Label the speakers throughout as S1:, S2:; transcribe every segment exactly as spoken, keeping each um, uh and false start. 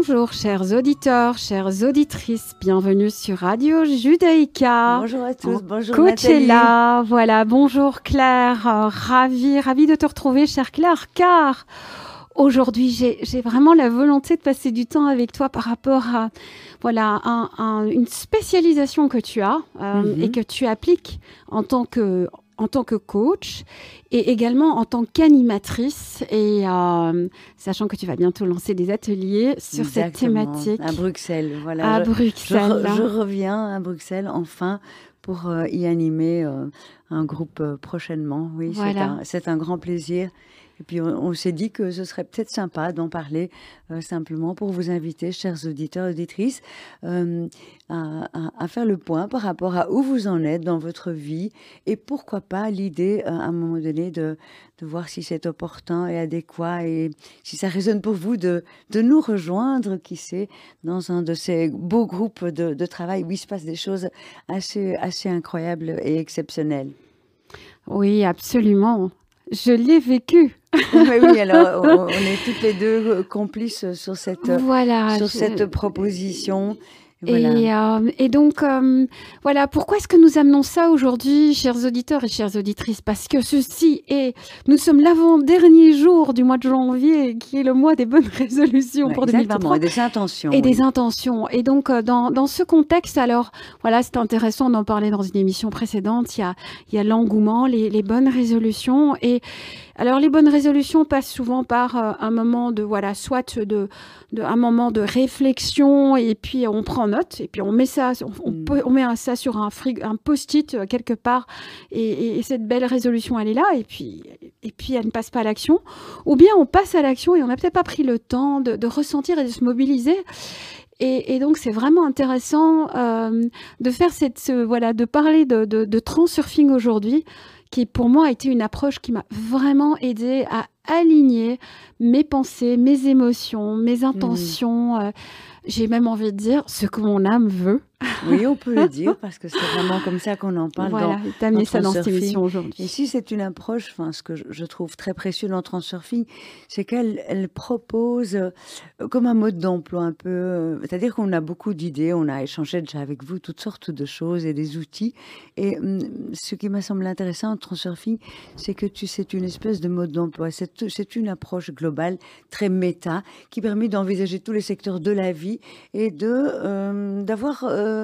S1: Bonjour chers auditeurs, chères auditrices, bienvenue sur Radio Judaïka.
S2: Bonjour à tous,
S1: en
S2: bonjour
S1: Coachella.
S2: Nathalie.
S1: Voilà, bonjour Claire, euh, ravie, ravie de te retrouver chère Claire, car aujourd'hui j'ai, j'ai vraiment la volonté de passer du temps avec toi par rapport à voilà, un, un, une spécialisation que tu as euh, mm-hmm. et que tu appliques en tant que en tant que coach et également en tant qu'animatrice et euh, sachant que tu vas bientôt lancer des ateliers sur
S2: Exactement.
S1: Cette thématique.
S2: À Bruxelles, voilà.
S1: À
S2: je,
S1: Bruxelles.
S2: Je, je reviens à Bruxelles enfin pour euh, y animer euh, un groupe euh, prochainement. Oui, voilà. c'est, un, c'est un grand plaisir. Et puis, on, on s'est dit que ce serait peut-être sympa d'en parler euh, simplement pour vous inviter, chers auditeurs et auditrices, euh, à, à, à faire le point par rapport à où vous en êtes dans votre vie et pourquoi pas l'idée, euh, à un moment donné, de, de voir si c'est opportun et adéquat et si ça résonne pour vous de, de nous rejoindre, qui sait, dans un de ces beaux groupes de, de travail où il se passe des choses assez, assez incroyables et exceptionnelles.
S1: Oui, absolument. Je l'ai vécu.
S2: oui, oui, alors on, on est toutes les deux complices sur cette,
S1: voilà,
S2: sur
S1: je...
S2: cette proposition.
S1: Voilà. Et, euh, et donc, euh, voilà, pourquoi est-ce que nous amenons ça aujourd'hui, chers auditeurs et chères auditrices? Parce que ceci est, nous sommes l'avant-dernier jour du mois de janvier, qui est le mois des bonnes résolutions
S2: ouais,
S1: pour deux mille vingt-trois.
S2: Et des intentions.
S1: Et
S2: oui.
S1: des intentions. Et donc, euh, dans, dans ce contexte, alors, voilà, c'est intéressant d'en parler dans une émission précédente. Il y a, il y a l'engouement, les, les bonnes résolutions. Et alors, les bonnes résolutions passent souvent par euh, un moment de, voilà, soit de, de, un moment de réflexion, et puis on prend note, et puis on met ça, on,
S2: mm.
S1: on met ça sur un, frig, un post-it quelque part, et, et, et cette belle résolution, elle est là, et puis, et puis elle ne passe pas à l'action. Ou bien on passe à l'action et on n'a peut-être pas pris le temps de, de ressentir et de se mobiliser. Et, et donc, c'est vraiment intéressant euh, de faire cette, ce, voilà, de parler de, de, de transurfing aujourd'hui, qui pour moi a été une approche qui m'a vraiment aidée à aligner mes pensées, mes émotions, mes intentions. Mmh. Euh, j'ai même envie de dire ce que mon âme veut.
S2: Oui, on peut le dire, parce que c'est vraiment comme ça qu'on en parle.
S1: Voilà,
S2: dans,
S1: t'as amené
S2: dans
S1: ça dans cette émission aujourd'hui.
S2: Ici, c'est une approche, enfin, ce que je, je trouve très précieux dans Transurfing, c'est qu'elle elle propose euh, comme un mode d'emploi un peu, euh, c'est-à-dire qu'on a beaucoup d'idées, on a échangé déjà avec vous toutes sortes de choses et des outils. Et hum, ce qui m'a semblé intéressant en Transurfing, c'est que tu, c'est une espèce de mode d'emploi. C'est, c'est une approche globale, très méta, qui permet d'envisager tous les secteurs de la vie et de euh, d'avoir euh,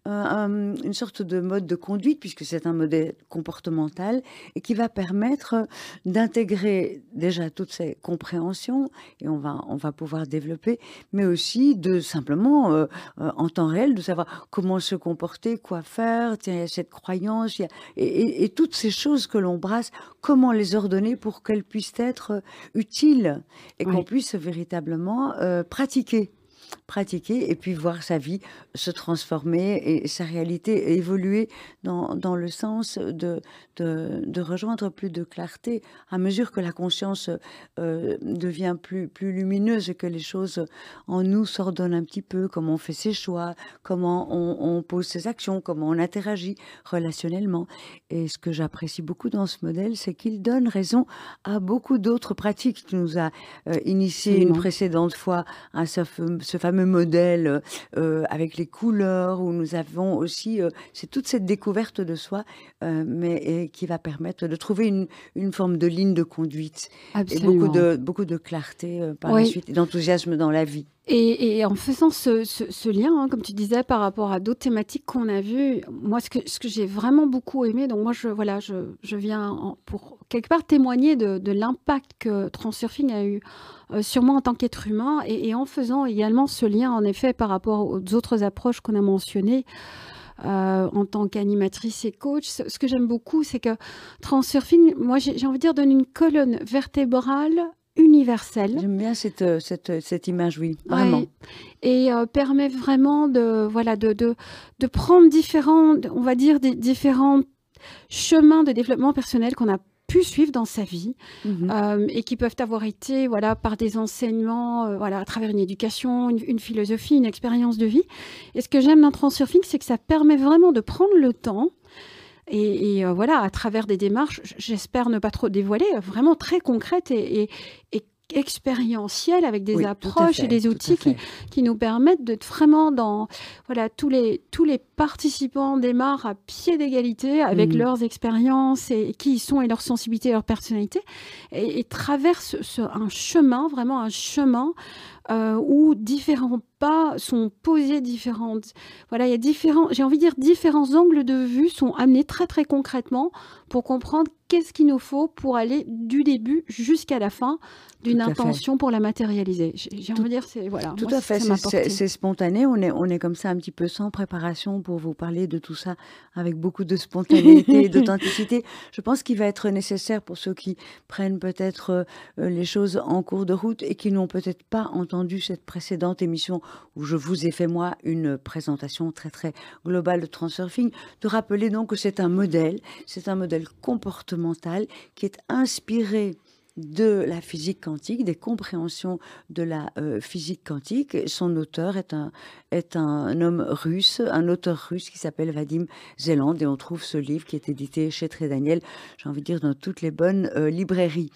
S2: un, une sorte de mode de conduite, puisque c'est un modèle comportemental, et qui va permettre d'intégrer déjà toutes ces compréhensions, et on va, on va pouvoir développer, mais aussi de simplement, euh, euh, en temps réel, de savoir comment se comporter, quoi faire, tiens, il y a cette croyance, il y a, et, et, et toutes ces choses que l'on brasse, comment les ordonner pour qu'elles puissent être utiles, et oui. qu'on puisse véritablement euh, pratiquer. pratiquer et puis voir sa vie se transformer et sa réalité évoluer dans, dans le sens de, de, de rejoindre plus de clarté à mesure que la conscience euh, devient plus, plus lumineuse et que les choses en nous s'ordonnent un petit peu, comment on fait ses choix, comment on, on pose ses actions, comment on interagit relationnellement. Et ce que j'apprécie beaucoup dans ce modèle, c'est qu'il donne raison à beaucoup d'autres pratiques. Tu nous as euh, initié Absolument. une précédente fois à ce, ce fameux modèle euh, avec les couleurs, où nous avons aussi, euh, c'est toute cette découverte de soi, euh, mais et qui va permettre de trouver une, une forme de ligne de conduite. Absolument. Et beaucoup de, beaucoup de clarté euh, par oui. la suite, et d'enthousiasme dans la vie.
S1: Et, et en faisant ce, ce, ce lien, hein, comme tu disais, par rapport à d'autres thématiques qu'on a vues, moi, ce que, ce que j'ai vraiment beaucoup aimé, donc moi, je, voilà, je, je viens en, pour quelque part témoigner de, de l'impact que Transurfing a eu euh, sur moi en tant qu'être humain, et, et en faisant également ce lien, en effet, par rapport aux autres approches qu'on a mentionnées, Euh, en tant qu'animatrice et coach. Ce, ce que j'aime beaucoup, c'est que Transurfing, moi, j'ai, j'ai envie de dire, donne une colonne vertébrale universelle.
S2: J'aime bien cette, cette, cette image, oui, vraiment.
S1: Ouais. Et euh, permet vraiment de, voilà, de, de, de prendre différents, on va dire, des différents chemins de développement personnel qu'on a pu suivre dans sa vie mmh. euh, et qui peuvent avoir été voilà, par des enseignements, euh, voilà, à travers une éducation, une, une philosophie, une expérience de vie. Et ce que j'aime dans Transurfing, c'est que ça permet vraiment de prendre le temps et, et euh, voilà, à travers des démarches, j'espère ne pas trop dévoiler, vraiment très concrètes et, et, et expérientiel avec des
S2: Oui, tout à
S1: approches et
S2: fait,
S1: des
S2: tout à
S1: outils qui,
S2: fait.
S1: qui nous permettent d'être vraiment dans... Voilà, tous les, tous les participants démarrent à pied d'égalité avec
S2: Mhm.
S1: leurs expériences et, et qui ils sont et leur sensibilité et leur personnalité et, et traversent ce- un chemin, vraiment un chemin euh, où différents pas sont posés, différentes... Voilà, il y a différents... J'ai envie de dire différents angles de vue sont amenés très très concrètement pour comprendre qu'est-ce qu'il nous faut pour aller du début jusqu'à la fin
S2: Tout
S1: d'une
S2: à fait.
S1: intention pour la matérialiser. J'ai j'ai envie
S2: Tout,
S1: de dire, c'est voilà,
S2: tout
S1: moi,
S2: à
S1: c'est ce que
S2: fait,
S1: ça
S2: c'est
S1: m'a
S2: c'est-
S1: apporté.
S2: c'est spontané, on est, on est comme ça un petit peu sans préparation pour vous parler de tout ça avec beaucoup de spontanéité et d'authenticité. Je pense qu'il va être nécessaire pour ceux qui prennent peut-être euh, euh, les choses en cours de route et qui n'ont peut-être pas entendu cette précédente émission où je vous ai fait moi une présentation très très globale de Transurfing, de rappeler donc que c'est un modèle, c'est un modèle comportemental qui est inspiré de la physique quantique, des compréhensions de la euh, physique quantique. Son auteur est un, est un homme russe, un auteur russe qui s'appelle Vadim Zeland, et on trouve ce livre qui est édité chez Très Daniel, j'ai envie de dire dans toutes les bonnes euh, librairies.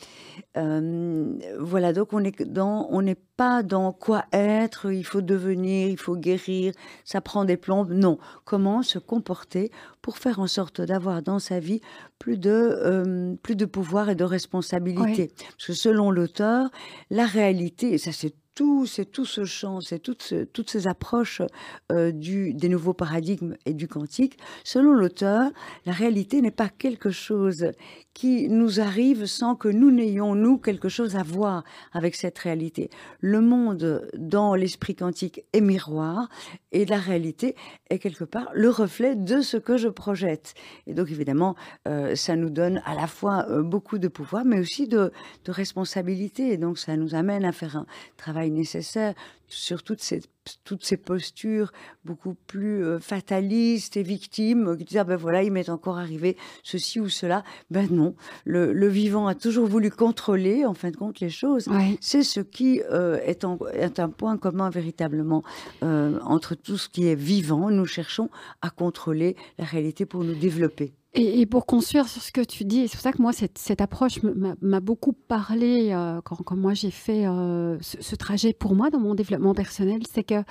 S2: Euh, voilà, donc on est dans, on n'est pas dans quoi être, il faut devenir, il faut guérir, ça prend des plombes. Non, comment se comporter pour faire en sorte d'avoir dans sa vie plus de, euh, plus de pouvoir et de responsabilité.
S1: Ouais.
S2: Parce que selon l'auteur, la réalité, et ça c'est tout, c'est tout ce champ, c'est toutes, ce- toutes ces approches euh, du, des nouveaux paradigmes et du quantique. Selon l'auteur, la réalité n'est pas quelque chose qui nous arrive sans que nous n'ayons, nous, quelque chose à voir avec cette réalité. Le monde dans l'esprit quantique est miroir et la réalité est quelque part le reflet de ce que je projette. Et donc, évidemment, euh, ça nous donne à la fois euh, beaucoup de pouvoir, mais aussi de, de responsabilité. Et donc, ça nous amène à faire un travail nécessaire sur toutes ces, toutes ces postures beaucoup plus euh, fatalistes et victimes, qui disent, ah ben voilà, il m'est encore arrivé ceci ou cela. Ben non, le, le vivant a toujours voulu contrôler, en fin de compte, les choses.
S1: Ouais.
S2: C'est ce qui euh, est, en- est un point commun véritablement euh, entre tout ce qui est vivant. Nous cherchons à contrôler la réalité pour nous développer.
S1: Et, et pour construire sur ce que tu dis, et c'est pour ça que moi, cette, cette approche me- m'a m'a beaucoup parlé euh, quand, quand moi j'ai fait euh, ce, ce trajet pour moi dans mon développement personnel, c'est que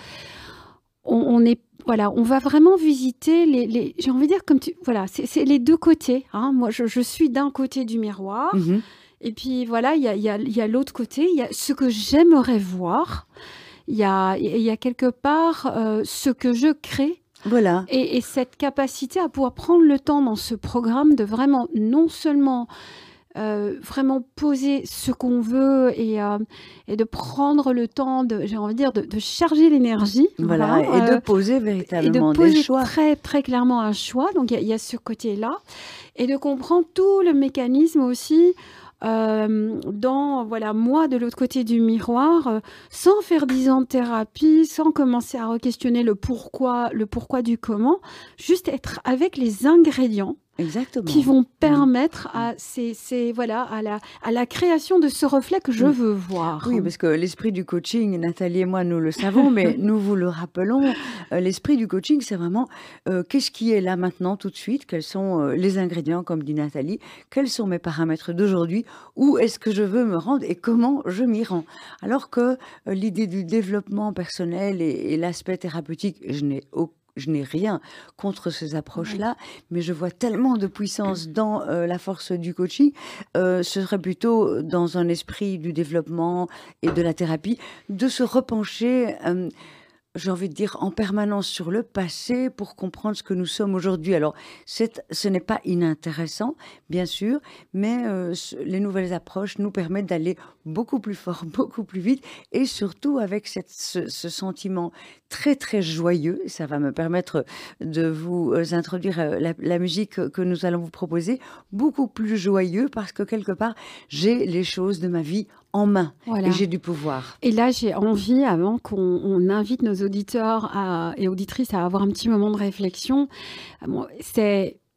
S1: on, on est, voilà, on va vraiment visiter les, les j'ai envie de dire comme tu, voilà, c'est c'est les deux côtés. Hein. Moi, je, je suis d'un côté du miroir,
S2: Mhm.
S1: et puis voilà, il y a, il y a, il y a l'autre côté, il y a ce que j'aimerais voir, il y a, il y a quelque part euh, ce que je crée.
S2: Voilà.
S1: Et, et cette capacité à pouvoir prendre le temps dans ce programme de vraiment non seulement euh, vraiment poser ce qu'on veut et, euh, et de prendre le temps de, j'ai envie de dire, de, de charger l'énergie,
S2: Voilà,
S1: voilà,
S2: et de
S1: euh,
S2: poser
S1: et de
S2: véritablement des
S1: poser
S2: choix.
S1: très très clairement un choix. Donc il y, a- il y a ce côté-là et de comprendre tout le mécanisme aussi. euh, dans, voilà, moi, de l'autre côté du miroir, euh, sans faire dix ans de thérapie, sans commencer à re-questionner le pourquoi, le pourquoi du comment, juste être avec les ingrédients
S2: Exactement.
S1: qui vont
S2: Mm.
S1: permettre à, ces, ces- voilà, à, la, à la création de ce reflet que je
S2: Mm.
S1: veux voir.
S2: Oui, parce que l'esprit du coaching, Nathalie et moi, nous le savons, mais nous vous le rappelons, euh, l'esprit du coaching, c'est vraiment euh, qu'est-ce qui est là maintenant, tout de suite, quels sont euh, les ingrédients, comme dit Nathalie, quels sont mes paramètres d'aujourd'hui, où est-ce que je veux me rendre et comment je m'y rends. Alors que euh, l'idée du développement personnel et, et l'aspect thérapeutique, je n'ai aucun je n'ai rien contre ces approches-là, mais je vois tellement de puissance dans euh, la force du coaching. Euh, ce serait plutôt dans un esprit du développement et de la thérapie de se repencher. Euh, j'ai envie de dire en permanence sur le passé pour comprendre ce que nous sommes aujourd'hui. Alors, c'est, ce n'est pas inintéressant, bien sûr, mais euh, ce- les nouvelles approches nous permettent d'aller beaucoup plus fort, beaucoup plus vite, et surtout avec cette, ce, ce sentiment très, très joyeux. Et ça va me permettre de vous euh, introduire euh, la, la musique que nous allons vous proposer, beaucoup plus joyeux, parce que quelque part, j'ai les choses de ma vie en main,
S1: Voilà.
S2: et j'ai du pouvoir.
S1: Et là, j'ai envie, avant qu'on on invite nos auditeurs à- et auditrices à avoir un petit moment de réflexion, euh, bon, c'est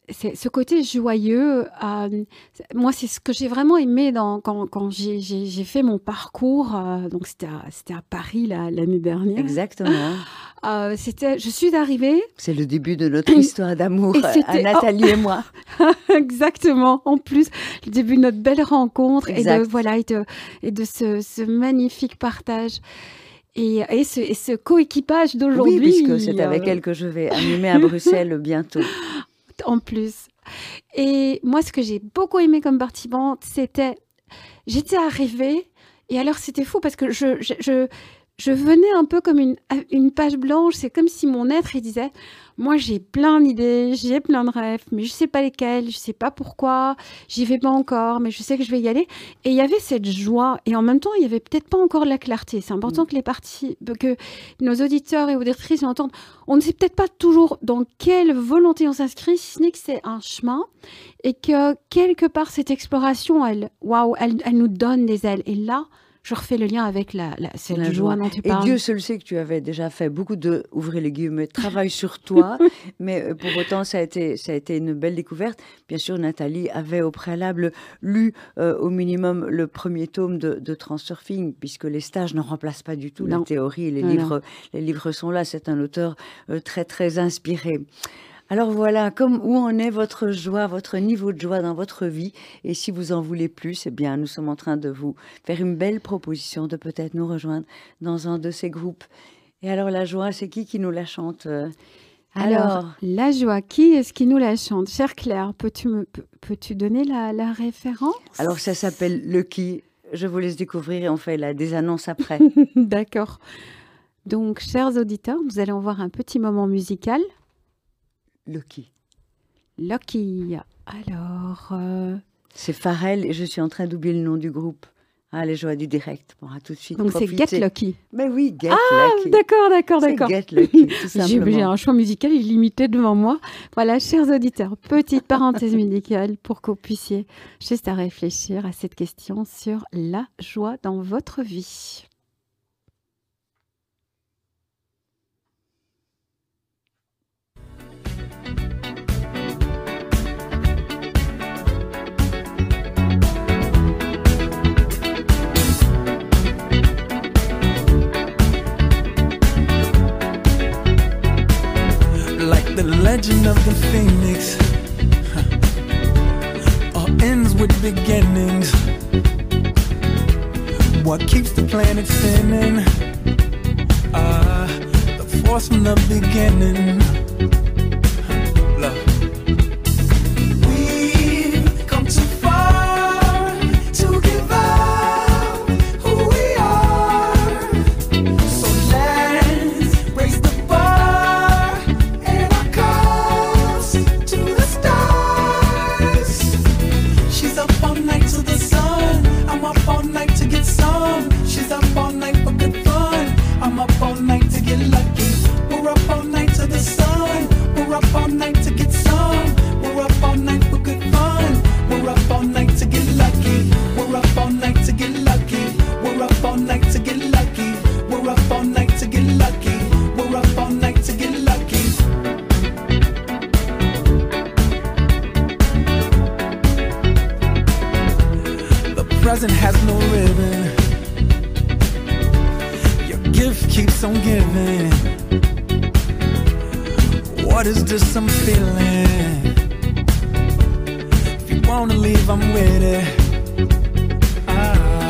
S1: c'est ce côté joyeux. Euh, moi, c'est ce que j'ai vraiment aimé dans, quand, quand j'ai, j'ai, j'ai fait mon parcours. Euh, donc, c'était à, c'était à Paris la, l'année dernière.
S2: Exactement.
S1: Euh, c'était, je suis arrivée.
S2: C'est le début de notre histoire d'amour, à Nathalie oh. et moi.
S1: Exactement. En plus, le début de notre belle rencontre exact. et de voilà et de, et de ce, ce magnifique partage. Et, et, ce, et ce coéquipage d'aujourd'hui.
S2: Oui, puisque c'est avec euh... elle que je vais animer à Bruxelles bientôt.
S1: En plus. Et moi, ce que j'ai beaucoup aimé comme participante, c'était... J'étais arrivée, et alors c'était fou, parce que je, je, je, je venais un peu comme une, une page blanche. C'est comme si mon être, il disait... Moi, j'ai plein d'idées, j'ai plein de rêves, mais je ne sais pas lesquels, je ne sais pas pourquoi, j'y vais pas encore, mais je sais que je vais y aller. Et il y avait cette joie, et en même temps, il n'y avait peut-être pas encore de la clarté. C'est important mmh. que les parties, que nos auditeurs et auditrices entendent. On ne sait peut-être pas toujours dans quelle volonté on s'inscrit, si ce n'est que c'est un chemin, et que quelque part, cette exploration, elle, waouh, elle, elle nous donne des ailes. Et là, je refais le lien avec la, la, cette la joie dont tu parles.
S2: Et Dieu seul sait que tu avais déjà fait beaucoup de, ouvrez les guillemets, travail sur toi, mais pour autant, ça a, été, ça a été une belle découverte. Bien sûr, Nathalie avait au préalable lu euh, au minimum le premier tome de, de Transurfing, puisque les stages ne remplacent pas du tout non. la théorie. Les, non, livres, non. les livres sont là, c'est un auteur euh, très, très inspiré. Alors voilà, comme où en est votre joie, votre niveau de joie dans votre vie. Et si vous en voulez plus, eh bien, nous sommes en train de vous faire une belle proposition de peut-être nous rejoindre dans un de ces groupes. Et alors, la joie, c'est qui qui nous la chante ?
S1: Alors, alors, la joie, qui est-ce qui nous la chante ? Chère Claire, peux-tu, me, peux-tu donner la, la référence ?
S2: Alors, ça s'appelle Lucky. Je vous laisse découvrir et on fait la, des annonces après.
S1: D'accord. Donc, chers auditeurs, nous allons voir un petit moment musical.
S2: Lucky.
S1: Lucky. Alors... Euh...
S2: C'est Pharrell et je suis en train d'oublier le nom du groupe. Ah, les joies du direct. Bon, à tout de suite.
S1: Donc
S2: profiter.
S1: C'est Get Lucky.
S2: Mais oui, Get
S1: ah,
S2: Lucky.
S1: D'accord, d'accord, d'accord.
S2: C'est Get Lucky, tout simplement.
S1: J'ai, j'ai un choix musical illimité devant moi. Voilà, chers auditeurs, petite parenthèse musicale pour que vous puissiez juste à réfléchir à cette question sur la joie dans votre vie.
S3: Like the legend of the phoenix, huh. All ends with beginnings. What keeps the planet spinning? Ah, uh, the force from the beginning. Love. We've come too far to give up who we are. So let's raise the bar and our cups to the stars. She's up all night to the sun. I'm up all night to get some. She's up all night for good fun. I'm up all night to get lucky. We're up all night to the sun. We're up all night to get some. We're up all night for good fun. We're up all night to get lucky. We're up all night to get lucky. We're up all night to get lucky. We're up all night to get lucky. We're up all night to get lucky. The present has no ribbon. Your gift keeps on giving. What is this I'm feeling? If you wanna leave, I'm with it. Ah.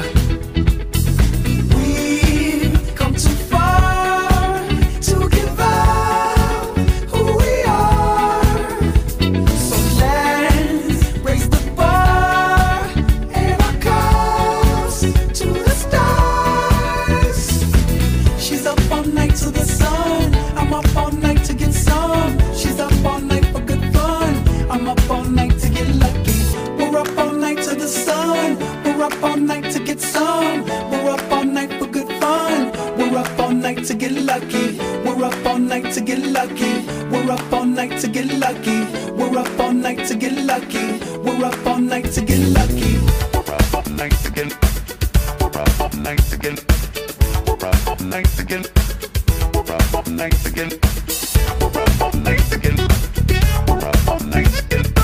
S3: We've come too far to give up who we are. So let's raise the bar and our cups to the stars. She's up all night to the sun. I'm up all night to get some. She's up all night for good fun. I'm up all night to get lucky. We're up all night to the sun. We're up all night to get some. We're up all night for good fun. We're up all night to get lucky. We're up all night to get lucky. We're up all night to get lucky. We're up all night to get lucky. We're up all night to get lucky. We're up all night to get. We're up all night to get. We're up all night to get. We're up all night to get. We're up all night to get. We're up all night to get.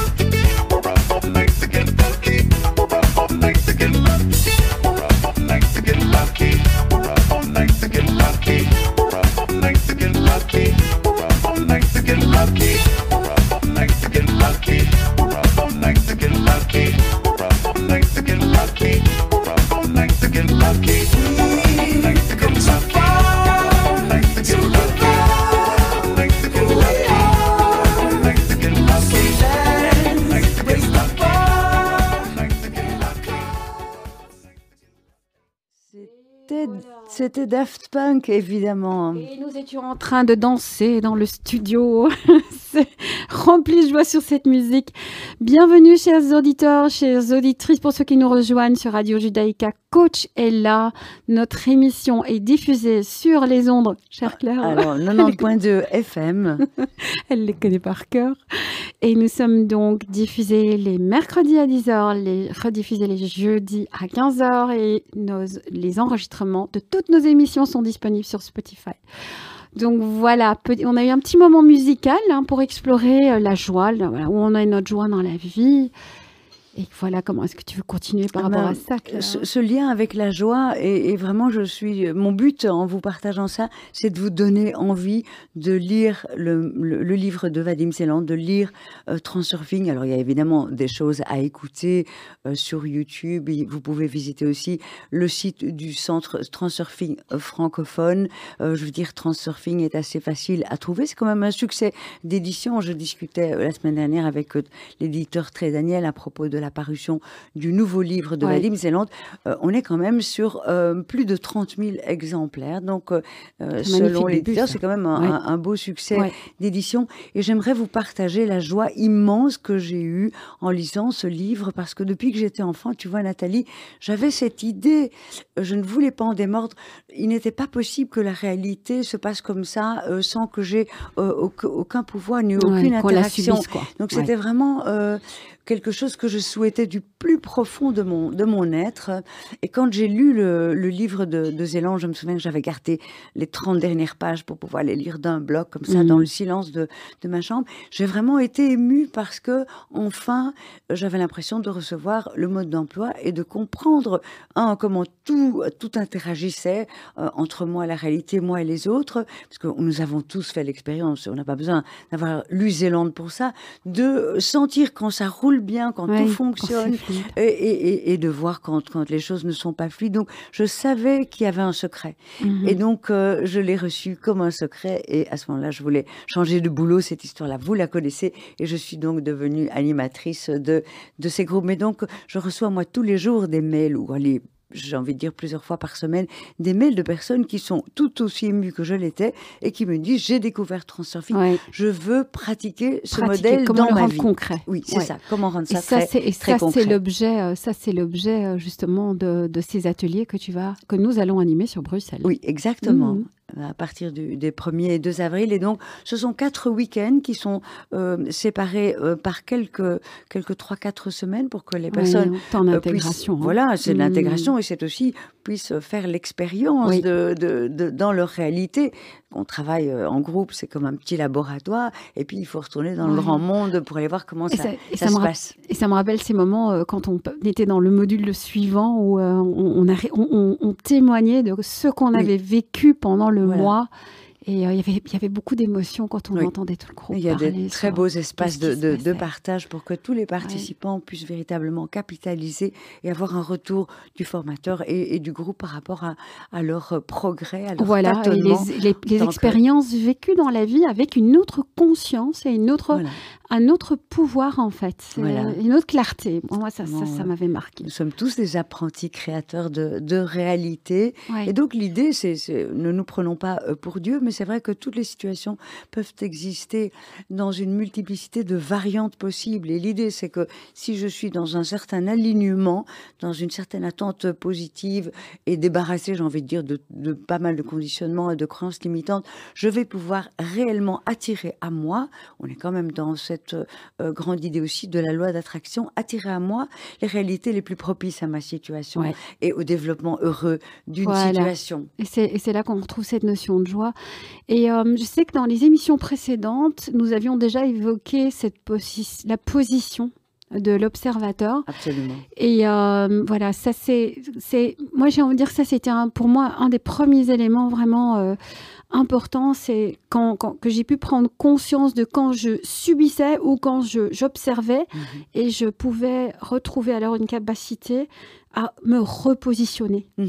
S2: c'était, c'était Daft Punk, évidemment.
S1: Et nous étions en train de danser dans le studio. C'est rempli de joie sur cette musique. Bienvenue, chers auditeurs, chères auditrices, pour ceux qui nous rejoignent sur Radio Judaïka. Coach est là. Notre émission est diffusée sur les ondes. Chère Claire.
S2: Alors, quatre-vingt-dix point deux F M.
S1: Elle les connaît par cœur. Et nous sommes donc diffusés les mercredis à dix heures, les rediffusés les jeudis à quinze heures et nos, les enregistrements de toutes nos émissions sont disponibles sur Spotify. Donc voilà, on a eu un petit moment musical hein, pour explorer la joie, là, voilà, où on a notre joie dans la vie. Et voilà, comment est-ce que tu veux continuer par
S2: Ah
S1: rapport
S2: ben,
S1: à ça, Claire?
S2: ce, ce lien avec la joie, et, et vraiment, je suis, mon but en vous partageant ça, c'est de vous donner envie de lire le, le, le livre de Vadim Zeland, de lire euh, Transurfing. Alors, il y a évidemment des choses à écouter euh, sur YouTube. Vous pouvez visiter aussi le site du centre Transurfing francophone. Euh, je veux dire, Transurfing est assez facile à trouver. C'est quand même un succès d'édition. Je discutais euh, la semaine dernière avec euh, l'éditeur Tré Daniel à propos de la parution du nouveau livre de ouais. Vadim Zeland. Euh, on est quand même sur euh, plus de trente mille exemplaires. Donc, euh, selon l'éditeur, c'est quand même un, ouais. un, un beau succès ouais. d'édition. Et j'aimerais vous partager la joie immense que j'ai eue en lisant ce livre, parce que depuis que j'étais enfant, tu vois, Nathalie, j'avais cette idée, je ne voulais pas en démordre. Il n'était pas possible que la réalité se passe comme ça, euh, sans que j'ai euh, aucun, aucun pouvoir ni aucune ouais, interaction.
S1: Subisse, quoi.
S2: Donc, c'était ouais. vraiment... Euh, quelque chose que je souhaitais du plus profond de mon, de mon être. Et quand j'ai lu le, le livre de, de Zeland, je me souviens que j'avais gardé les trente dernières pages pour pouvoir les lire d'un bloc, comme ça, mmh. dans le silence de, de ma chambre. J'ai vraiment été émue parce que, enfin, j'avais l'impression de recevoir le mode d'emploi et de comprendre, hein, comment tout, tout interagissait euh, entre moi, la réalité, moi et les autres, parce que nous avons tous fait l'expérience, on n'a pas besoin d'avoir lu Zeland pour ça, de sentir quand ça roule bien, quand ouais, tout fonctionne, et, et, et de voir quand, quand les choses ne sont pas fluides. Donc, je savais qu'il y avait un secret. Mm-hmm. Et donc, euh, je l'ai reçu comme un secret. Et à ce moment-là, je voulais changer de boulot. Cette histoire-là, vous la connaissez. Et je suis donc devenue animatrice de, de ces groupes. Mais donc, je reçois, moi, tous les jours des mails ou les j'ai envie de dire plusieurs fois par semaine, des mails de personnes qui sont tout aussi émues que je l'étais et qui me disent, j'ai découvert Transurfing, ouais. je veux pratiquer ce pratiquer, modèle
S1: comment
S2: dans
S1: le
S2: ma
S1: rendre
S2: vie.
S1: concret.
S2: Oui, c'est ouais. ça. Comment rendre ça,
S1: et ça
S2: très,
S1: c'est, et
S2: très
S1: ça,
S2: concret.
S1: C'est l'objet, euh, ça, c'est l'objet justement de, de ces ateliers que, tu vas, que nous allons animer sur Bruxelles.
S2: Oui, exactement.
S1: Mmh.
S2: À partir du, des premier et deux avril. Et donc, ce sont quatre week-ends qui sont euh, séparés euh, par quelques, quelques trois quatre semaines pour que les personnes
S1: oui, euh, puissent... Hein.
S2: Voilà, c'est mmh. de l'intégration et c'est aussi puissent faire l'expérience oui. de, de, de, dans leur réalité. On travaille en groupe, c'est comme un petit laboratoire, et puis il faut retourner dans ouais. le grand monde pour aller voir comment ça, ça,
S1: et
S2: ça, ça se passe.
S1: Et ça me rappelle ces moments euh, quand on était dans le module suivant où euh, on, on, a, on, on, on témoignait de ce qu'on oui. avait vécu pendant le voilà. mois. Et euh, y avait, il y avait beaucoup d'émotions quand on oui. entendait tout le groupe
S2: Il y a
S1: parler.
S2: des très beaux espaces de, de, de partage pour que tous les participants ouais. puissent véritablement capitaliser et avoir un retour du formateur et, et du groupe par rapport à, à leur progrès, à leur
S1: voilà,
S2: tâtonnement.
S1: Et les, les, les expériences vécues dans la vie avec une autre conscience et une autre, voilà. un autre pouvoir, en fait. Voilà. Une autre clarté. Moi, ça, bon, ça, ça m'avait marqué.
S2: Nous sommes tous des apprentis créateurs de, de réalité.
S1: Ouais.
S2: Et donc, l'idée, c'est, c'est ne nous prenons pas pour Dieu, mais c'est vrai que toutes les situations peuvent exister dans une multiplicité de variantes possibles. Et l'idée, c'est que si je suis dans un certain alignement, dans une certaine attente positive et débarrassée, j'ai envie de dire, de, de pas mal de conditionnements et de croyances limitantes, je vais pouvoir réellement attirer à moi, on est quand même dans cette euh, grande idée aussi de la loi d'attraction, attirer à moi les réalités les plus propices à ma situation ouais. et au développement heureux d'une voilà. situation.
S1: Et c'est, et c'est là qu'on retrouve cette notion de joie. Et euh, je sais que dans les émissions précédentes, nous avions déjà évoqué cette posi- la position de l'observateur.
S2: Absolument.
S1: Et euh, voilà, ça c'est, c'est, moi j'ai envie de dire que ça c'était un, pour moi un des premiers éléments vraiment euh, importants, c'est quand, quand que j'ai pu prendre conscience de quand je subissais ou quand je, j'observais mmh. et je pouvais retrouver alors une capacité à me repositionner.
S2: Mmh.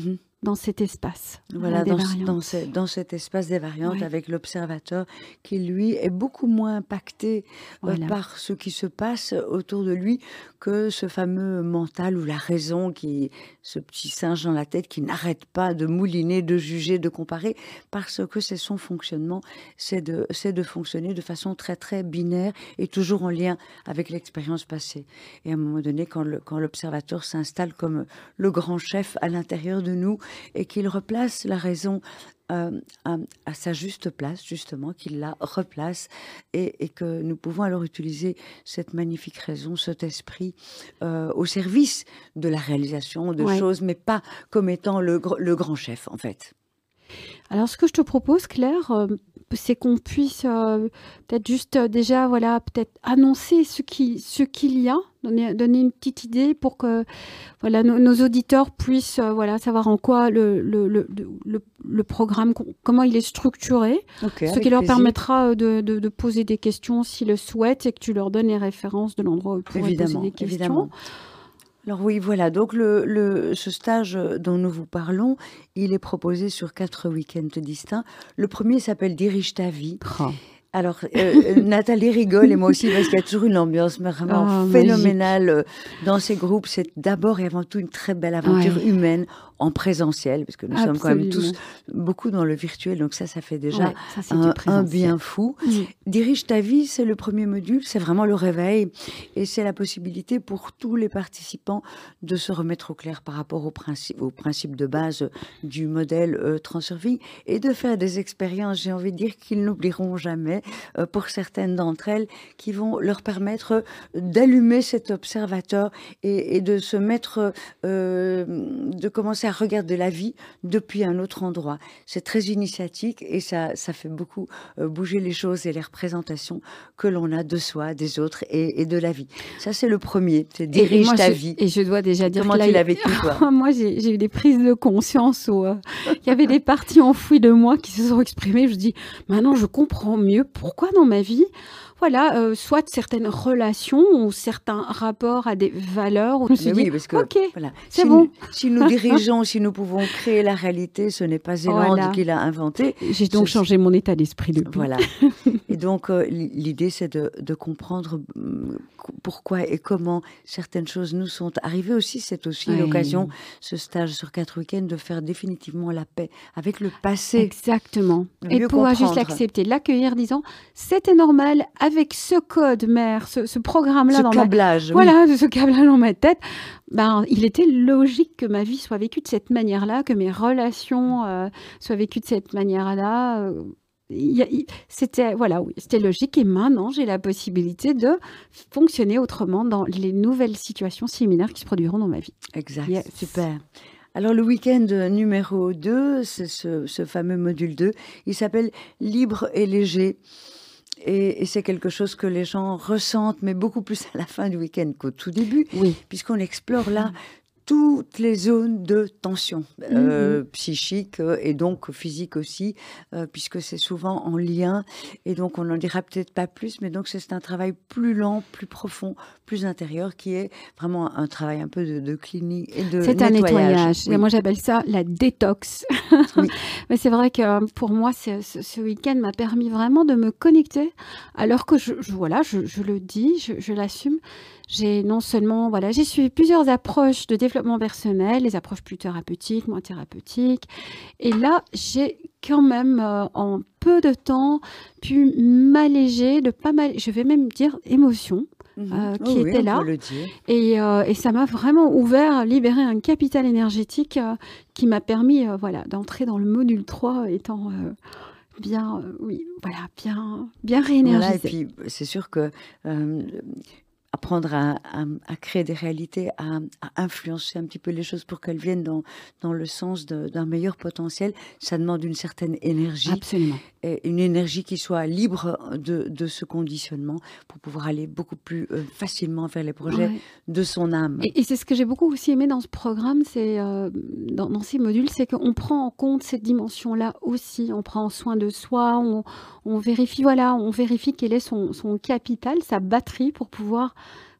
S1: dans cet espace
S2: Voilà,
S1: euh, des
S2: dans, ce-
S1: variantes.
S2: dans, ce- dans cet espace des variantes
S1: Ouais.
S2: avec l'observateur qui, lui, est beaucoup moins impacté euh,
S1: Voilà.
S2: par ce qui se passe autour de lui que ce fameux mental ou la raison, qui, ce petit singe dans la tête qui n'arrête pas de mouliner, de juger, de comparer, parce que c'est son fonctionnement, c'est de, c'est de fonctionner de façon très, très binaire et toujours en lien avec l'expérience passée. Et à un moment donné, quand le- quand l'observateur s'installe comme le grand chef à l'intérieur de nous, et qu'il replace la raison euh, à, à sa juste place, justement, qu'il la replace, et, et que nous pouvons alors utiliser cette magnifique raison, cet esprit, euh, au service de la réalisation de
S1: Ouais.
S2: choses, mais pas comme étant le, gr- le grand chef, en fait.
S1: Alors, ce que je te propose, Claire, euh, c'est qu'on puisse euh, peut-être juste euh, déjà, voilà, peut-être annoncer ce qui, ce qu'il y a, donner, donner une petite idée pour que, voilà, nos, nos auditeurs puissent, euh, voilà, savoir en quoi le, le, le, le, le programme, com- comment il est structuré,
S2: Ok,
S1: ce
S2: avec
S1: qui leur
S2: plaisir.
S1: permettra euh, de, de, de poser des questions s'ils le souhaitent et que tu leur donnes les références de l'endroit où ils pourraient poser
S2: Évidemment,
S1: des questions.
S2: évidemment. Alors oui, voilà, donc le, le, ce stage dont nous vous parlons, il est proposé sur quatre week-ends distincts. Le premier s'appelle Dirige ta vie.
S1: Oh.
S2: Alors, euh, Nathalie rigole et moi aussi parce qu'il y a toujours une ambiance vraiment
S1: Oh,
S2: phénoménale euh, dans ces groupes. C'est d'abord et avant tout une très belle aventure
S1: Ouais.
S2: humaine en présentiel, parce que nous sommes quand même tous
S1: Absolument.
S2: beaucoup dans le virtuel, donc ça, ça fait déjà
S1: Ouais, ça, c'est
S2: un,
S1: du
S2: un
S1: présentiel.
S2: bien fou.
S1: Mm.
S2: Dirige ta vie, c'est le premier module, c'est vraiment le réveil et c'est la possibilité pour tous les participants de se remettre au clair par rapport aux principes, aux principes de base du modèle euh, Transurfing et de faire des expériences, j'ai envie de dire, qu'ils n'oublieront jamais euh, pour certaines d'entre elles, qui vont leur permettre d'allumer cet observateur et, et de se mettre, euh, de commencer à regarder la vie depuis un autre endroit. C'est très initiatique et ça, ça fait beaucoup euh, bouger les choses et les représentations que l'on a de soi, des autres et, et de la vie. Ça, c'est le premier, c'est
S1: Et- et
S2: dirige
S1: moi,
S2: ta
S1: je-
S2: vie.
S1: Et je dois déjà dire
S2: Comment
S1: que là,
S2: tu
S1: il-
S2: l'as vécu, toi?
S1: moi, j'ai j'ai eu des prises de conscience où euh, il y avait des parties enfouies de moi qui se sont exprimées. Je dis, maintenant, je comprends mieux pourquoi dans ma vie, voilà, euh, soit certaines relations ou certains rapports à des valeurs où je me suis
S2: Mais
S1: dit,
S2: oui, parce que
S1: ok,
S2: voilà,
S1: c'est
S2: si,
S1: bon.
S2: nous, si nous dirigeons, si nous pouvons créer la réalité, ce n'est pas Zélande
S1: Voilà.
S2: qui l'a inventé.
S1: J'ai donc
S2: Ce-
S1: changé mon état d'esprit depuis.
S2: Voilà. Et donc, euh, l- l'idée, c'est de, de comprendre hum, co- pourquoi et comment certaines choses nous sont arrivées aussi. C'est aussi
S1: Ouais.
S2: l'occasion, ce stage sur quatre week-ends, de faire définitivement la paix avec le passé.
S1: Exactement.
S2: De
S1: Et
S2: mieux
S1: pouvoir juste
S2: comprendre.
S1: l'accepter, l'accueillir, disant, c'était normal avec ce code mère, ce, ce programme-là
S2: Ce
S1: dans ma
S2: câblage, oui.
S1: Voilà, ce câble-là dans ma tête, ben, il était logique que ma vie soit vécue de cette manière-là, que mes relations euh, soient vécues de cette manière-là. euh, il y a- il- C'était voilà, oui, c'était logique. Et maintenant, j'ai la possibilité de fonctionner autrement dans les nouvelles situations similaires qui se produiront dans ma vie.
S2: Exact,
S1: Yes.
S2: super. Alors le week-end numéro deux, c'est ce, ce fameux module deux, il s'appelle Libre et léger. Et, et c'est quelque chose que les gens ressentent, mais beaucoup plus à la fin du week-end qu'au tout début,
S1: Oui.
S2: puisqu'on explore là toutes les zones de tension euh, psychique euh, et donc physique aussi, euh, puisque c'est souvent en lien. Et donc, on n'en dira peut-être pas plus, mais donc c'est un travail plus lent, plus profond, plus intérieur, qui est vraiment un travail un peu de, de cleaning et de
S1: C'est un nettoyage.
S2: Oui.
S1: Et moi, j'appelle ça la détox.
S2: Oui.
S1: Mais c'est vrai que euh, pour moi, c'est- ce, ce week-end m'a permis vraiment de me connecter. Alors que, je, je- voilà, je, je le dis, je, je l'assume. J'ai non seulement, voilà, j'ai suivi plusieurs approches de développement personnel, les approches plus thérapeutiques, moins thérapeutiques. Et là, j'ai quand même, euh, en peu de temps, pu m'alléger de pas mal, je vais même dire, émotions.
S2: Mhm.
S1: euh,
S2: Oh
S1: qui
S2: oui,
S1: était
S2: on
S1: là.
S2: peut le dire.
S1: Et, euh, et ça m'a vraiment ouvert, libéré un capital énergétique euh, qui m'a permis euh, voilà, d'entrer dans le module trois étant euh, bien, euh, oui, voilà, bien, bien réénergisé.
S2: Voilà, et puis c'est sûr que euh, apprendre à, à- à créer des réalités, à, à influencer un petit peu les choses pour qu'elles viennent dans, dans le sens de- d'un meilleur potentiel, ça demande une certaine énergie,
S1: Absolument.
S2: et une énergie qui soit libre de, de ce conditionnement pour pouvoir aller beaucoup plus euh, facilement vers les projets
S1: Ouais.
S2: de son âme.
S1: Et, et c'est ce que j'ai beaucoup aussi aimé dans ce programme, c'est euh, dans, dans ces modules, c'est qu'on prend en compte cette dimension-là aussi. On prend soin de soi, on, on vérifie, voilà, on vérifie quel est son, son capital, sa batterie pour pouvoir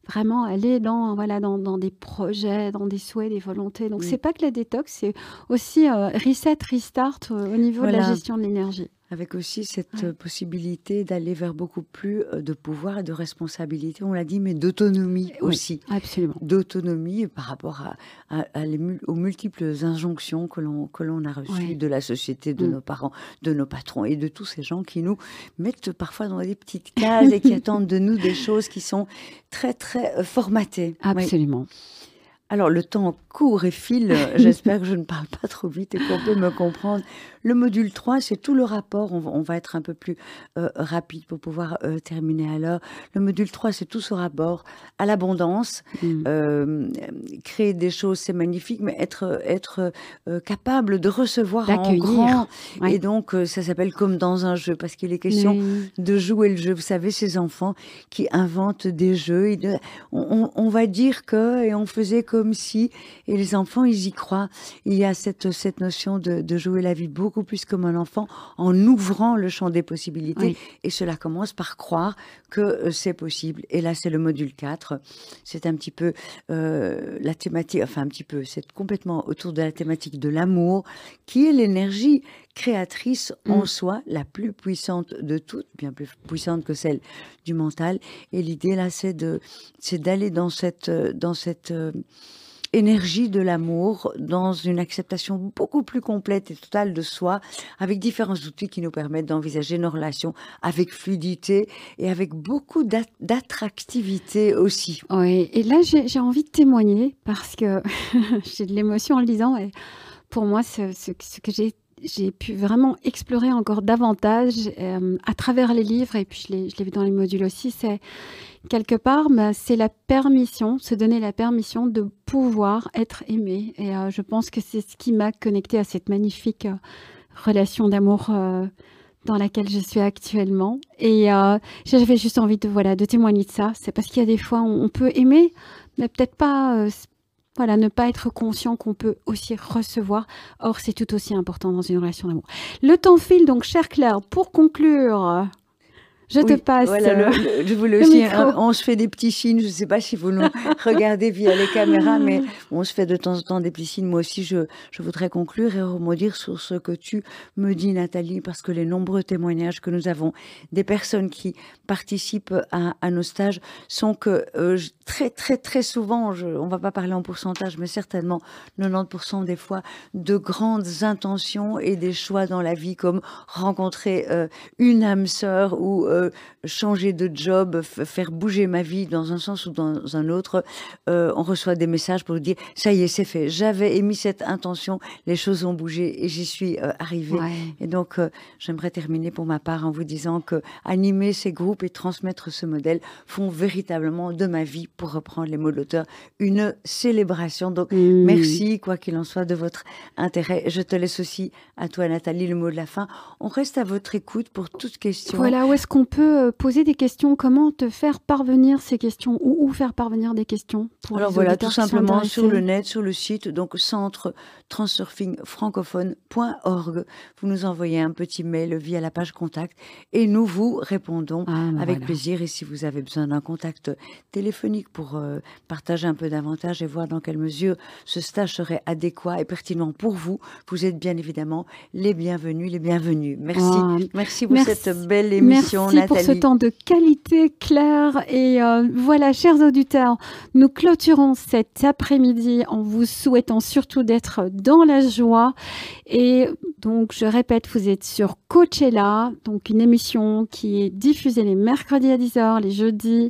S1: vraiment aller dans, voilà, dans, dans des projets, dans des souhaits, des volontés. Donc,
S2: Oui.
S1: c'est pas que la détox, c'est aussi euh, reset, restart euh, au niveau de la
S2: Voilà.
S1: gestion de l'énergie.
S2: Avec aussi cette
S1: Ouais.
S2: euh, possibilité d'aller vers beaucoup plus euh, de pouvoir et de responsabilité, on l'a dit, mais d'autonomie
S1: Oui,
S2: aussi.
S1: absolument.
S2: D'autonomie par rapport à, à- à les mul- aux multiples injonctions que l'on que l'on a reçues
S1: Ouais.
S2: de la société, de
S1: Mm.
S2: nos parents, de nos patrons et de tous ces gens qui nous mettent parfois dans des petites cases et qui attendent de nous des choses qui sont très, très euh, formatées. Oui.
S1: Absolument.
S2: Alors, le temps court et file. euh, J'espère que je ne parle pas trop vite et qu'on peut me comprendre. Le module trois, c'est tout le rapport. On va, on va être un peu plus euh, rapide pour pouvoir euh, terminer à l'heure. Le module trois, c'est tout ce rapport à l'abondance.
S1: Mm.
S2: Euh, créer des choses, c'est magnifique, mais être, être euh, capable de recevoir en
S1: D'accueillir.
S2: grand.
S1: Ouais.
S2: Et donc, euh, ça s'appelle comme dans un jeu, parce qu'il est question
S1: Mais-
S2: de jouer le jeu. Vous savez, ces enfants qui inventent des jeux, ils- on, on- on va dire que, et on faisait comme si, et les enfants, ils y croient. Il y a cette, cette notion de, de jouer la vie beaucoup plus comme un enfant, en ouvrant le champ des possibilités.
S1: Oui.
S2: Et cela commence par croire que euh, c'est possible. Et là, c'est le module quatre. C'est un petit peu euh, la thématique, enfin un petit peu, c'est complètement autour de la thématique de l'amour, qui est l'énergie créatrice en
S1: Mm.
S2: soi, la plus puissante de toutes, bien plus puissante que celle du mental. Et l'idée là, c'est de, c'est d'aller dans cette, euh, dans cette euh, énergie de l'amour, dans une acceptation beaucoup plus complète et totale de soi, avec différents outils qui nous permettent d'envisager nos relations avec fluidité et avec beaucoup d'at- d'attractivité aussi.
S1: Oui, et là, j'ai j'ai envie de témoigner parce que j'ai de l'émotion en le disant. Et pour moi, ce, ce- ce que j'ai j'ai pu vraiment explorer encore davantage euh, à travers les livres, et puis je l'ai je l'ai vu dans les modules aussi, c'est quelque part, bah, c'est la permission, se donner la permission de pouvoir être aimé. Et euh, je pense que c'est ce qui m'a connectée à cette magnifique euh, relation d'amour euh, dans laquelle je suis actuellement. Et euh, j'avais juste envie de, voilà, de témoigner de ça. C'est parce qu'il y a des fois, on, on peut aimer, mais peut-être pas, euh, s- voilà, ne pas être conscient qu'on peut aussi recevoir. Or, c'est tout aussi important dans une relation d'amour. Le temps file, donc, chère Claire, pour conclure, je te
S2: Oui,
S1: passe
S2: voilà,
S1: le,
S2: le- le- je voulais
S1: le
S2: aussi,
S1: micro.
S2: hein, on se fait des petits signes, je ne sais pas si vous nous regardez via les caméras, mais on se fait de temps en temps des petits signes. Moi aussi, je, je voudrais conclure et rebondir sur ce que tu me dis, Nathalie, parce que les nombreux témoignages que nous avons des personnes qui participent à, à nos stages sont que euh, je- très, très, très souvent, je, on ne va pas parler en pourcentage, mais certainement quatre-vingt-dix pour cent des fois, de grandes intentions et des choix dans la vie, comme rencontrer euh, une âme sœur ou euh, changer de job, f- faire bouger ma vie dans un sens ou dans un autre. Euh, on reçoit des messages pour nous dire ça y est, c'est fait. J'avais émis cette intention, les choses ont bougé et j'y suis euh, arrivée.
S1: Ouais.
S2: Et donc, euh, j'aimerais terminer pour ma part en vous disant que animer ces groupes et transmettre ce modèle font véritablement de ma vie, pour reprendre les mots de l'auteur, une célébration. Donc,
S1: Mm.
S2: merci, quoi qu'il en soit, de votre intérêt. Je te laisse aussi à toi, Nathalie, le mot de la fin. On reste à votre écoute pour toute question.
S1: Voilà, où est-ce qu'on peut euh, poser des questions? Comment te faire parvenir ces questions? Ou où faire parvenir des questions pour
S2: Alors
S1: les
S2: voilà,
S1: auditeurs
S2: tout
S1: qui sont
S2: simplement sur le
S1: intéressés?
S2: net, sur le site, donc centre transsurfing francophone point org. Vous nous envoyez un petit mail via la page contact et nous vous répondons
S1: Ah, ben
S2: avec
S1: voilà.
S2: plaisir. Et si vous avez besoin d'un contact téléphonique pour euh, partager un peu davantage et voir dans quelle mesure ce stage serait adéquat et pertinent pour vous, vous êtes bien évidemment les bienvenus, les bienvenus. Merci.
S1: Ah,
S2: Merci pour
S1: merci.
S2: cette belle émission,
S1: Merci pour
S2: Nathalie.
S1: ce temps de qualité, Claire. Et euh, voilà, chers auditeurs, nous clôturons cet après-midi en vous souhaitant surtout d'être dans la joie. Et donc, je répète, vous êtes sur Coachella, donc une émission qui est diffusée les mercredis à dix heures, les jeudis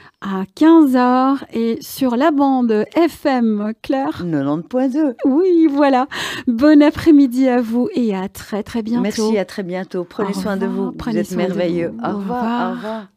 S1: à quinze heures et sur la bande F M, Claire.
S2: quatre-vingt-dix point deux.
S1: Oui, voilà. Bon après-midi à vous et à très très bientôt.
S2: Merci, à très bientôt. Prenez
S1: Au
S2: soin de
S1: revoir,
S2: vous. Vous
S1: prenez
S2: êtes
S1: soin de
S2: merveilleux.
S1: vous.
S2: Au
S1: Au
S2: revoir.
S1: revoir.
S2: Au revoir.